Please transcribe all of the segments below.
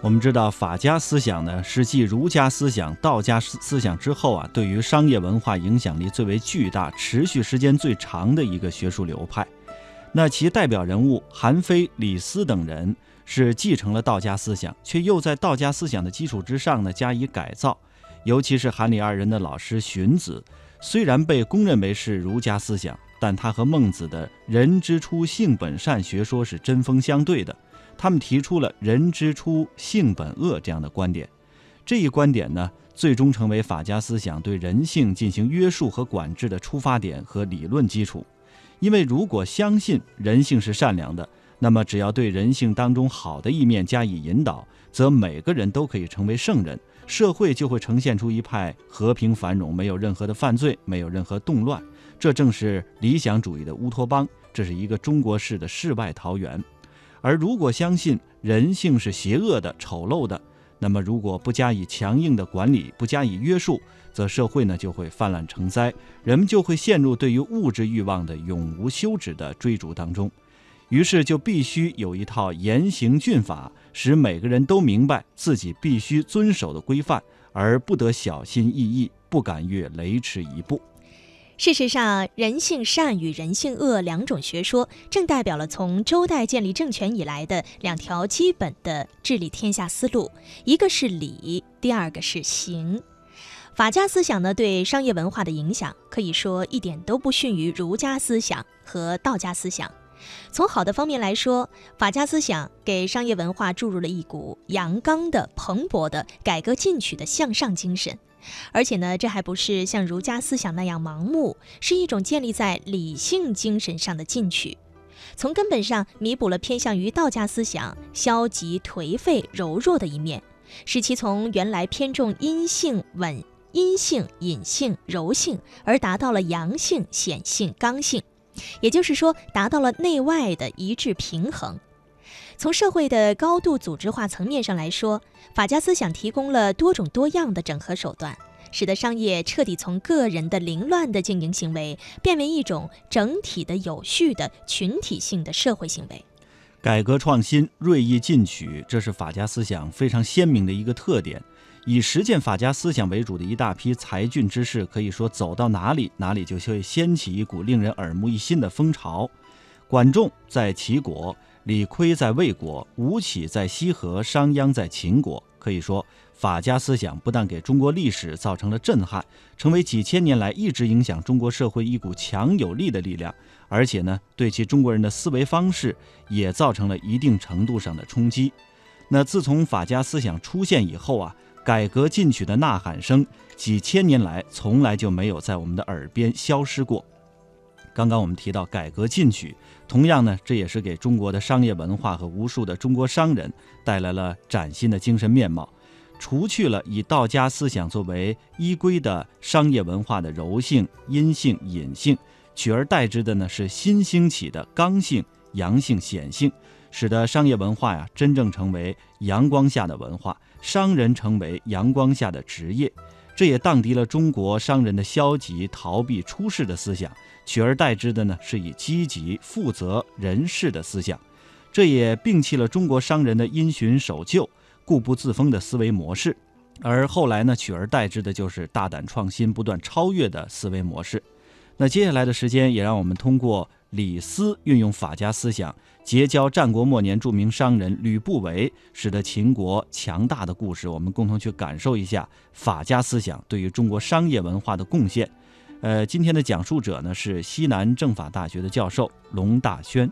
我们知道法家思想呢，是继儒家思想、道家思想之后啊，对于商业文化影响力最为巨大、持续时间最长的一个学术流派。那其代表人物韩非、李斯等人是继承了道家思想，却又在道家思想的基础之上呢加以改造。尤其是韩李二人的老师荀子，虽然被公认为是儒家思想，但他和孟子的人之初性本善学说是针锋相对的。他们提出了人之初性本恶这样的观点，这一观点呢，最终成为法家思想对人性进行约束和管制的出发点和理论基础。因为如果相信人性是善良的，那么只要对人性当中好的一面加以引导，则每个人都可以成为圣人，社会就会呈现出一派和平繁荣，没有任何的犯罪，没有任何动乱。这正是理想主义的乌托邦，这是一个中国式的世外桃源。而如果相信人性是邪恶的、丑陋的，那么如果不加以强硬的管理，不加以约束，则社会呢就会泛滥成灾，人们就会陷入对于物质欲望的永无休止的追逐当中。于是就必须有一套严刑峻法，使每个人都明白自己必须遵守的规范，而不得小心翼翼，不敢越雷池一步。 事实上，人性善与人性恶两种学说，正代表了从周代建立政权以来的两条基本的治理天下思路，一个是礼，第二个是刑。法家思想呢，对商业文化的影响可以说一点都不逊于儒家思想和道家思想。从好的方面来说，法家思想给商业文化注入了一股阳刚的、蓬勃的、改革进取的向上精神。而且呢，这还不是像儒家思想那样盲目，是一种建立在理性精神上的进取，从根本上弥补了偏向于道家思想消极、颓废、柔弱的一面，使其从原来偏重阴性、阴性、隐性、柔性，而达到了阳性、显性、刚性，也就是说，达到了内外的一致平衡。从社会的高度组织化层面上来说，法家思想提供了多种多样的整合手段，使得商业彻底从个人的凌乱的经营行为，变为一种整体的、有序的、群体性的社会行为。 改革创新、锐意进取，这是法家思想非常鲜明的一个特点。以实践法家思想为主的一大批才俊之士，可以说走到哪里，哪里就会掀起一股令人耳目一新的风潮。管仲在齐国，李悝在魏国，吴起在西河，商鞅在秦国。可以说，法家思想不但给中国历史造成了震撼，成为几千年来一直影响中国社会一股强有力的力量，而且呢，对其中国人的思维方式也造成了一定程度上的冲击。那自从法家思想出现以后啊，改革进取的呐喊声几千年来从来就没有在我们的耳边消失过。刚刚我们提到改革进取，同样呢，这也是给中国的商业文化和无数的中国商人带来了崭新的精神面貌。除去了以道家思想作为依归的商业文化的柔性、阴性、隐性，取而代之的呢是新兴起的刚性、阳性、显性，使得商业文化呀真正成为阳光下的文化，商人成为阳光下的职业。这也荡涤了中国商人的消极、逃避、出世的思想，取而代之的呢是以积极、负责、仁士的思想。这也摒弃了中国商人的因循守旧、固步自封的思维模式，而后来呢，取而代之的就是大胆创新、不断超越的思维模式。那接下来的时间，也让我们通过李斯运用法家思想结交战国末年著名商人吕不韦，使得秦国强大的故事，我们共同去感受一下法家思想对于中国商业文化的贡献。今天的讲述者呢是西南政法大学的教授龙大轩。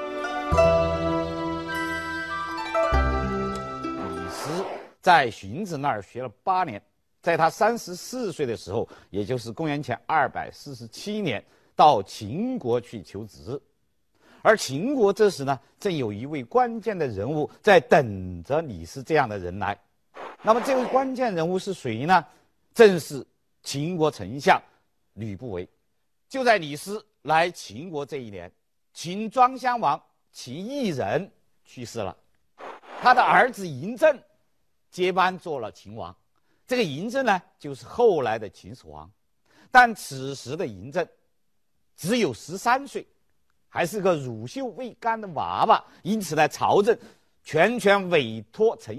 李斯在荀子那儿学了8年，在他34岁的时候，也就是公元前247年，到秦国去求职。而秦国这时呢，正有一位关键的人物在等着李斯这样的人来。那么这位关键人物是谁呢？正是秦国丞相吕不韦。就在李斯来秦国这一年，秦庄襄王其一人去世了，他的儿子嬴政接班做了秦王。这个嬴政呢，就是后来的秦始皇。但此时的嬴政只有13岁，还是个乳臭未干的娃娃，因此呢，朝政全权委托丞相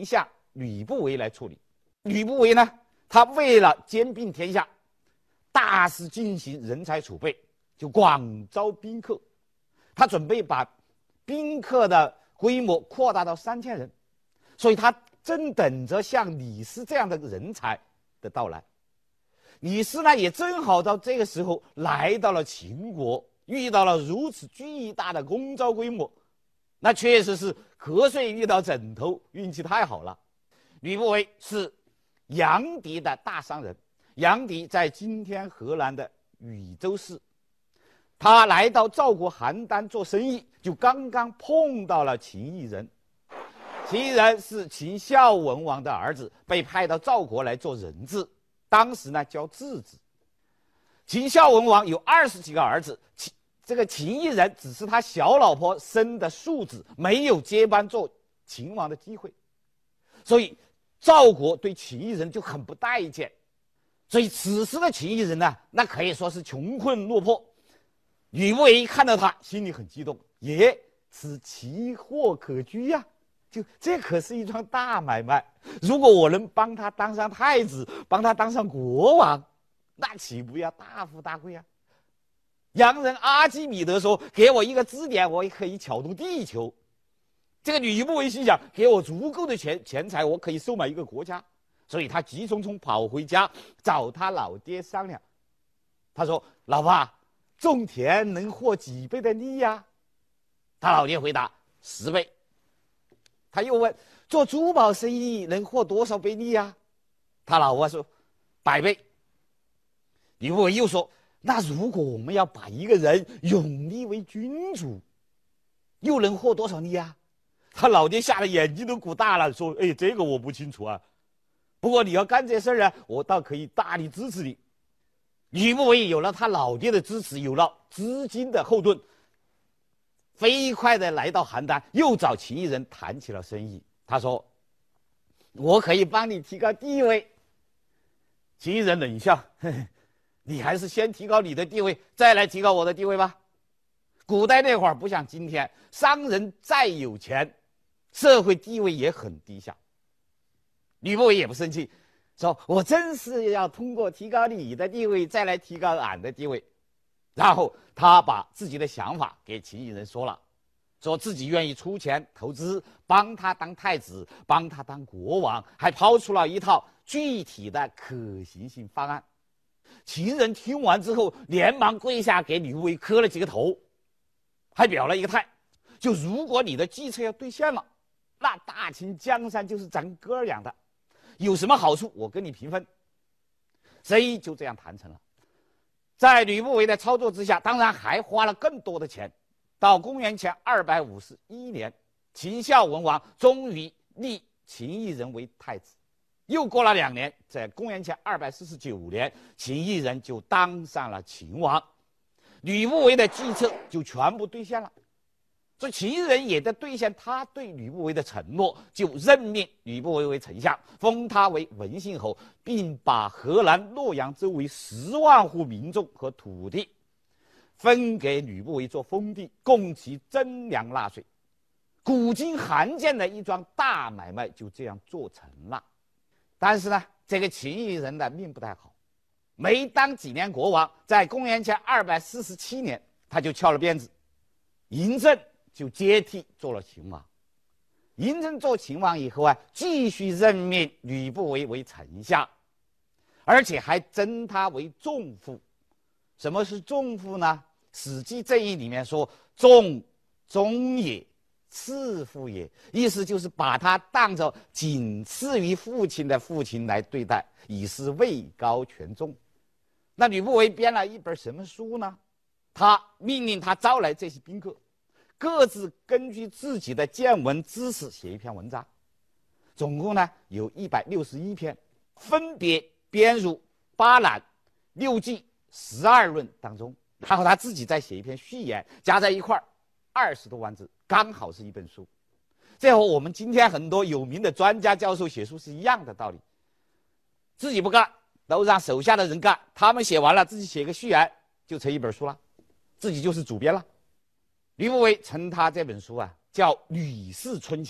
吕不韦来处理。吕不韦呢，他为了兼并天下，大肆进行人才储备，就广招宾客。他准备把宾客的规模扩大到3000人，所以他正等着像李斯这样的人才的到来。李斯呢，也正好到这个时候来到了秦国，遇到了如此巨大的公招规模，那确实是瞌睡遇到枕头，运气太好了。吕不韦是阳翟的大商人，阳翟在今天河南的禹州市。他来到赵国邯郸做生意，就刚刚碰到了秦异人。秦异人是秦孝文王的儿子，被派到赵国来做人质，当时呢叫质子。秦孝文王有20几个儿子，这个秦异人只是他小老婆生的庶子，没有接班做秦王的机会，所以赵国对秦异人就很不待见。所以此时的秦异人呢，那可以说是穷困落魄。吕不韦一看到他，心里很激动，此奇货可居呀！就这可是一桩大买卖，如果我能帮他当上太子，帮他当上国王，那岂不要大富大贵啊？洋人阿基米德说：“给我一个支点，我也可以挑动地球。”这个吕不韦心想：“给我足够的钱财，我可以收买一个国家。”所以他急匆匆跑回家找他老爹商量。他说：“老爸，种田能获几倍的利呀？”他老爹回答：“10倍。”他又问：“做珠宝生意能获多少倍利呀？”他老婆说：“100倍。”吕不韦又说：“那如果我们要把一个人永立为君主，又能获多少利呀？”他老爹吓得眼睛都鼓大了，说：“这个我不清楚啊，不过你要干这事儿啊，我倒可以大力支持你。”吕不韦有了他老爹的支持，有了资金的后盾，飞快的来到邯郸，又找秦异人谈起了生意。他说：“我可以帮你提高地位。”秦异人冷笑：“嘿嘿，你还是先提高你的地位，再来提高我的地位吧。”古代那会儿不像今天，商人再有钱，社会地位也很低下。吕不韦也不生气，说：“我正是要通过提高你的地位，再来提高俺的地位。”然后他把自己的想法给秦异人说了，说自己愿意出钱投资，帮他当太子，帮他当国王，还抛出了一套具体的可行性方案。秦人听完之后，连忙跪下给吕不韦磕了几个头，还表了一个态，就如果你的计策要兑现了，那大秦江山就是咱哥儿俩的，有什么好处我跟你平分。生意就这样谈成了。在吕不韦的操作之下，当然还花了更多的钱。到公元前251年，秦孝文王终于立秦异人为太子。又过了2年，在公元前249年，秦异人就当上了秦王，吕不韦的计策就全部兑现了。所以秦异人也在兑现他对吕不韦的承诺，就任命吕不韦为丞相，封他为文信侯，并把河南洛阳周围10万户民众和土地分给吕不韦做封地，供其征粮纳税。古今罕见的一桩大买卖就这样做成了。但是呢，这个秦异人的命不太好，没当几年国王，在公元前247年，他就翘了辫子，嬴政就接替做了秦王。嬴政做秦王以后啊，继续任命吕不韦为丞相，而且还征他为仲父。什么是仲父呢？《史记正义》里面说：“仲，忠也，次父也。”意思就是把他当作仅次于父亲的父亲来对待，以示位高权重。那吕不韦编了一本什么书呢？他命令他招来这些宾客，各自根据自己的见闻知识写一篇文章，总共呢有161篇，分别编入8览、6纪、12论当中。然后他自己再写一篇序言，加在一块20多万字，刚好是一本书。这和我们今天很多有名的专家教授写书是一样的道理，自己不干，都让手下的人干，他们写完了，自己写个序言，就成一本书了，自己就是主编了。吕不韦称他这本书啊叫《吕氏春秋》，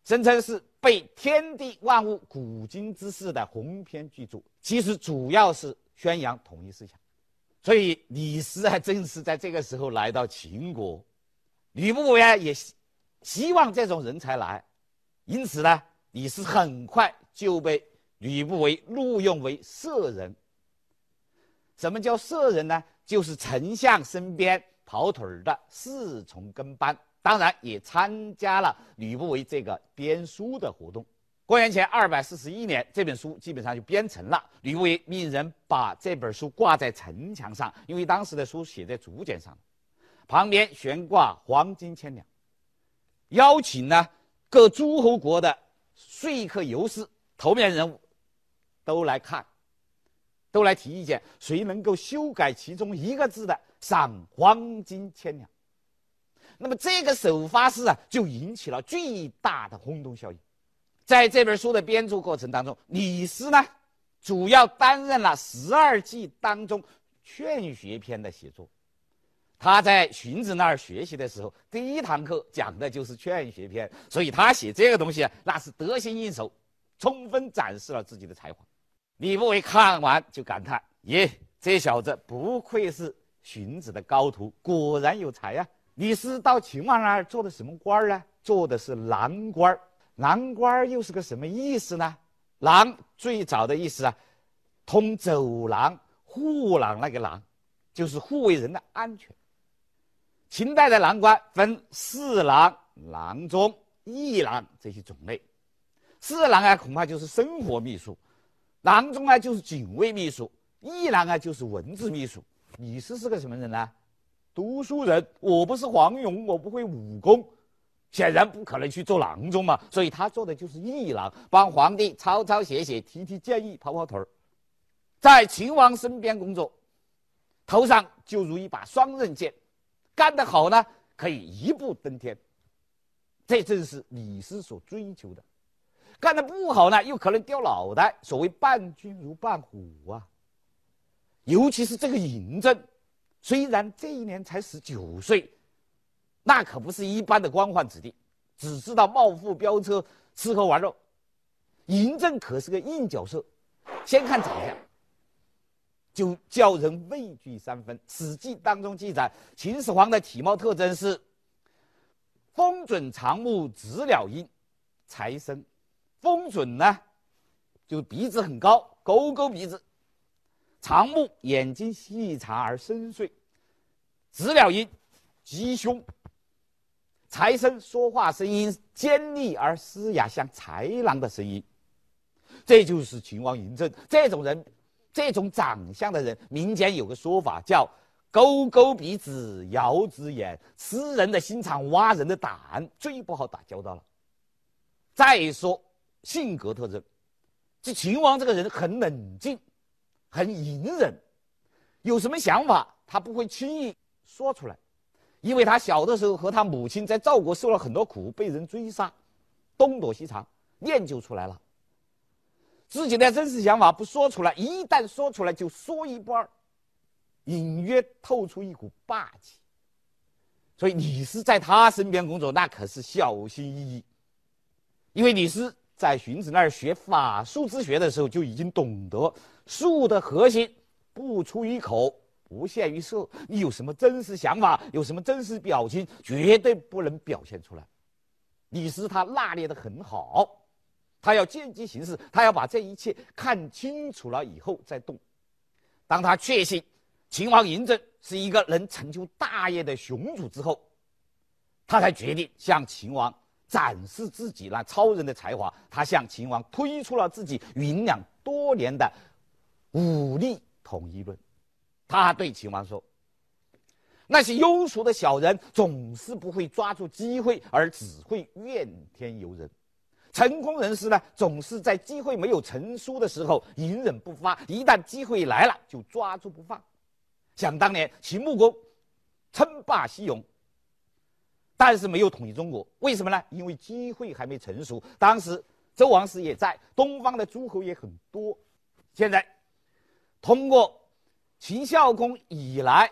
声称是被天地万物古今之事的鸿篇巨著，其实主要是宣扬统一思想。所以李斯还正是在这个时候来到秦国，吕不韦也希望这种人才来，因此呢，李斯很快就被吕不韦录用为舍人。什么叫舍人呢？就是丞相身边跑腿的侍从跟班，当然也参加了吕不韦这个编书的活动。公元前241年，这本书基本上就编成了。吕不韦命人把这本书挂在城墙上，因为当时的书写在竹简上，旁边悬挂黄金千两，邀请呢各诸侯国的说客游士、头面人物都来看，都来提意见，谁能够修改其中一个字的，赏黄金千两。那么这个首发式就引起了巨大的轰动效应。在这本书的编著过程当中，李斯呢主要担任了12纪当中劝学篇的写作。他在荀子那儿学习的时候，第一堂课讲的就是劝学篇，所以他写这个东西那是得心应手，充分展示了自己的才华。吕不韦看完就感叹：耶，这小子不愧是荀子的高徒，果然有才呀！李斯到秦王那儿做的什么官呢？做的是郎官。郎官又是个什么意思呢？郎最早的意思通走廊、护廊那个廊，就是护卫人的安全。秦代的郎官分侍郎、郎中、议郎这些种类。侍郎恐怕就是生活秘书，郎中就是警卫秘书，议郎就是文字秘书。李斯是个什么人呢？读书人，我不是黄蓉，我不会武功，显然不可能去做郎中嘛，所以他做的就是议郎，帮皇帝抄抄写写、提提建议、跑跑腿儿，在秦王身边工作，头上就如一把双刃剑，干得好呢，可以一步登天。这正是李斯所追求的。干得不好呢，又可能掉脑袋，所谓伴君如伴虎啊。尤其是这个嬴政，虽然这一年才19岁，那可不是一般的官宦子弟，只知道冒富飙车、吃喝玩乐。嬴政可是个硬角色，先看长相就叫人畏惧3分。《史记》当中记载，秦始皇的体貌特征是丰准长目，直了鹰，才生。丰准呢，就鼻子很高，勾勾鼻子；长目，眼睛细长而深邃；直了鹰，鸡胸；才生，说话声音尖利而嘶哑，像豺狼的声音。这就是秦王嬴政这种人，这种长相的人，民间有个说法叫勾勾鼻子，摇直眼，吃人的心肠，挖人的胆，最不好打交道了。再说性格特征，这秦王这个人很冷静，很隐忍，有什么想法他不会轻易说出来，因为他小的时候和他母亲在赵国受了很多苦，被人追杀，东躲西藏，练就出来了。自己的真实想法不说出来，一旦说出来就说一不二，隐约透出一股霸气。所以李斯在他身边工作，那可是小心翼翼，因为李斯在荀子那儿学法术之学的时候，就已经懂得术的核心不出于口，不限于色。你有什么真实想法，有什么真实表情，绝对不能表现出来。李斯他拿捏得很好，他要见机行事，他要把这一切看清楚了以后再动。当他确信秦王嬴政是一个能成就大业的雄主之后，他才决定向秦王展示自己那超人的才华。他向秦王推出了自己酝酿多年的武力统一论。他对秦王说，那些庸俗的小人总是不会抓住机会，而只会怨天尤人。成功人士呢，总是在机会没有成熟的时候隐忍不发，一旦机会来了就抓住不放。想当年秦穆公称霸西戎，但是没有统一中国，为什么呢？因为机会还没成熟。当时周王室也在，东方的诸侯也很多。现在通过秦孝公以来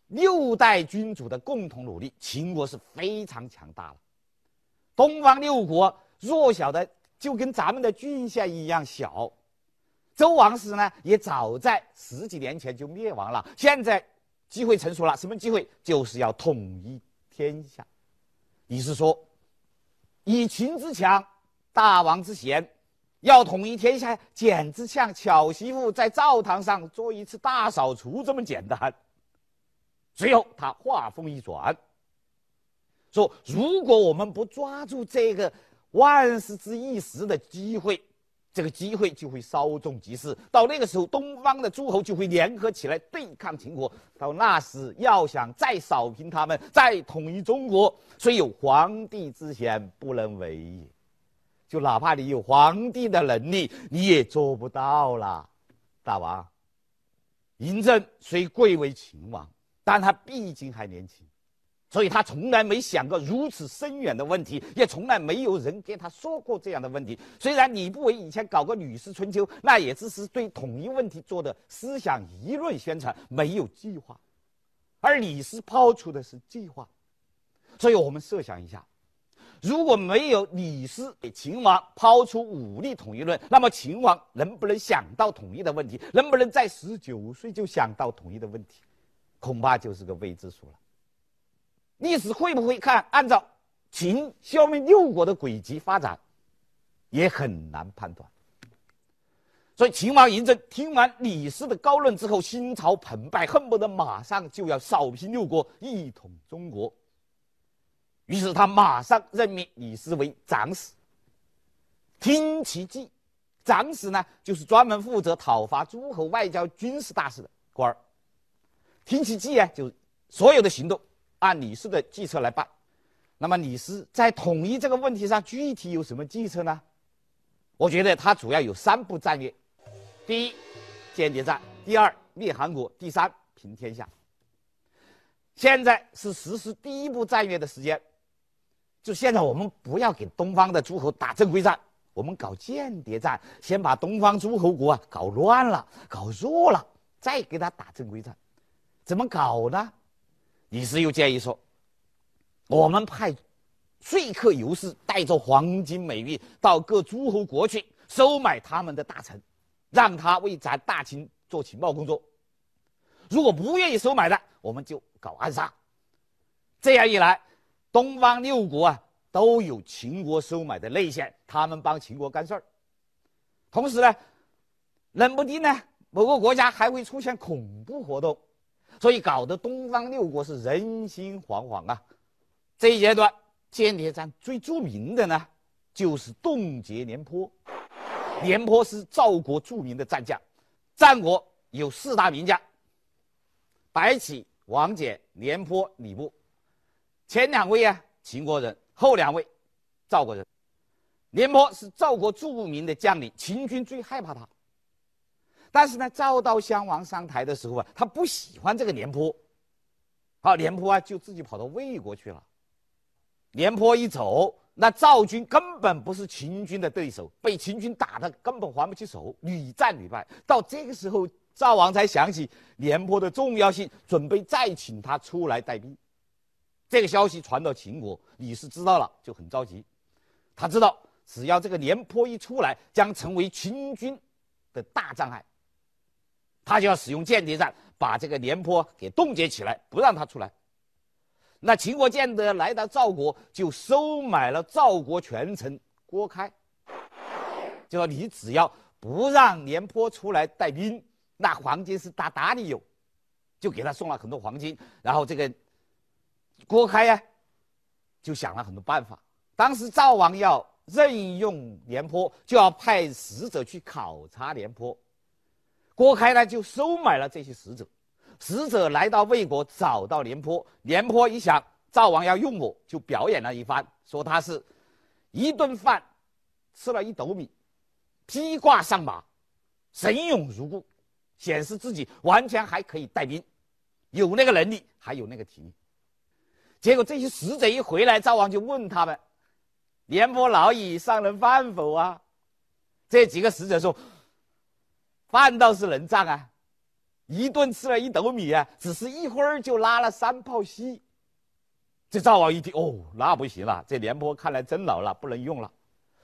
6代君主的共同努力，秦国是非常强大了。东方6国弱小的就跟咱们的郡县一样小。周王室呢，也早在10几年前就灭亡了。现在机会成熟了，什么机会？就是要统一天下。你是说，以秦之强，大王之贤，要统一天下，简直像巧媳妇在灶堂上做一次大扫除这么简单。随后他话锋一转，说如果我们不抓住这个万世之一时的机会，这个机会就会稍纵即逝，到那个时候东方的诸侯就会联合起来对抗秦国，到那时要想再扫平他们，再统一中国，虽有皇帝之贤，不能为也。就哪怕你有皇帝的能力，你也做不到啦。大王，嬴政虽贵为秦王，但他毕竟还年轻，所以他从来没想过如此深远的问题，也从来没有人给他说过这样的问题。虽然李不韦以前搞个《吕氏春秋》，那也只是对统一问题做的思想议论宣传，没有计划，而李斯抛出的是计划。所以我们设想一下，如果没有李斯给秦王抛出武力统一论，那么秦王能不能想到统一的问题，能不能在19岁就想到统一的问题，恐怕就是个未知数了。历史会不会看按照秦消灭六国的轨迹发展，也很难判断。所以秦王嬴政听完李斯的高论之后，心潮澎湃，恨不得马上就要扫平六国，一统中国。于是他马上任命李斯为长史，听其计。长史呢，就是专门负责讨伐诸侯、外交、军事大事的官儿。听其计啊，就是所有的行动按李斯的计策来办。那么李斯在统一这个问题上具体有什么计策呢？我觉得他主要有3步战略：第一，间谍战；第二，灭韩国；第三，平天下。现在是实施第1步战略的时间，就现在我们不要给东方的诸侯打正规战，我们搞间谍战，先把东方诸侯国搞乱了、搞弱了，再给他打正规战。怎么搞呢？李斯又建议说，我们派说客游士带着黄金美玉到各诸侯国去收买他们的大臣，让他为咱大秦做情报工作。如果不愿意收买的，我们就搞暗杀。这样一来，东方6国都有秦国收买的内线，他们帮秦国干事儿。同时呢，冷不丁呢，某个国家还会出现恐怖活动，所以搞得东方6国是人心惶惶啊。这一阶段间谍战最著名的呢，就是冻结廉颇。廉颇是赵国著名的战将，战国有4大名将：白起、王翦、廉颇、吕布。前2位秦国人，后2位赵国人。廉颇是赵国著名的将领，秦军最害怕他。但是呢，赵悼襄王上台的时候他不喜欢这个廉颇，廉颇就自己跑到魏国去了。廉颇一走，那赵军根本不是秦军的对手，被秦军打得根本还不起手，屡战屡败。到这个时候，赵王才想起廉颇的重要性，准备再请他出来带兵。这个消息传到秦国，李斯知道了就很着急。他知道只要这个廉颇一出来，将成为秦军的大障碍，他就要使用间谍战把这个廉颇给冻结起来，不让他出来。那秦国间谍来到赵国，就收买了赵国权臣郭开，就说你只要不让廉颇出来带兵，那黄金是大大的有，就给他送了很多黄金。然后这个郭开就想了很多办法。当时赵王要任用廉颇，就要派使者去考察廉颇。郭开呢就收买了这些使者，使者来到魏国找到廉颇，廉颇一想赵王要用我，就表演了一番，说他是一顿饭吃了1斗米，披挂上马，神勇如故，显示自己完全还可以带兵，有那个能力，还有那个体力。结果这些使者一回来，赵王就问他们：廉颇老矣，尚能饭否啊？这几个使者说：饭倒是能战一顿吃了1斗米只是一会儿就拉了3泡稀。这赵王一听，那不行了，这廉颇看来真老了，不能用了。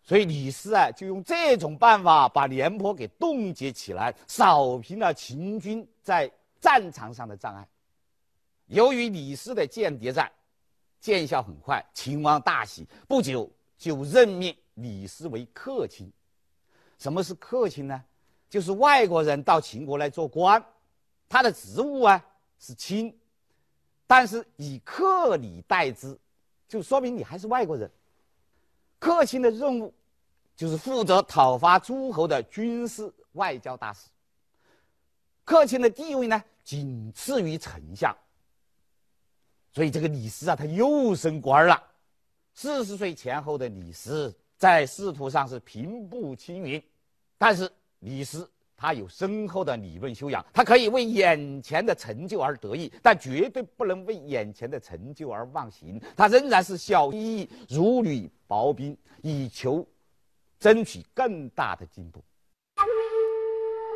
所以李斯啊，就用这种办法把廉颇给冻结起来，扫平了秦军在战场上的障碍。由于李斯的间谍战见效很快，秦王大喜，不久就任命李斯为客卿。什么是客卿呢？就是外国人到秦国来做官，他的职务啊是卿，但是以客礼待之，就说明你还是外国人。客卿的任务就是负责讨伐诸侯的军事外交大事。客卿的地位呢，仅次于丞相。所以这个李斯啊，他又升官了。40岁前后的李斯，在仕途上是平步青云，但是李斯他有深厚的理论修养，他可以为眼前的成就而得意，但绝对不能为眼前的成就而忘形。他仍然是小意义，如履薄冰，以求争取更大的进步。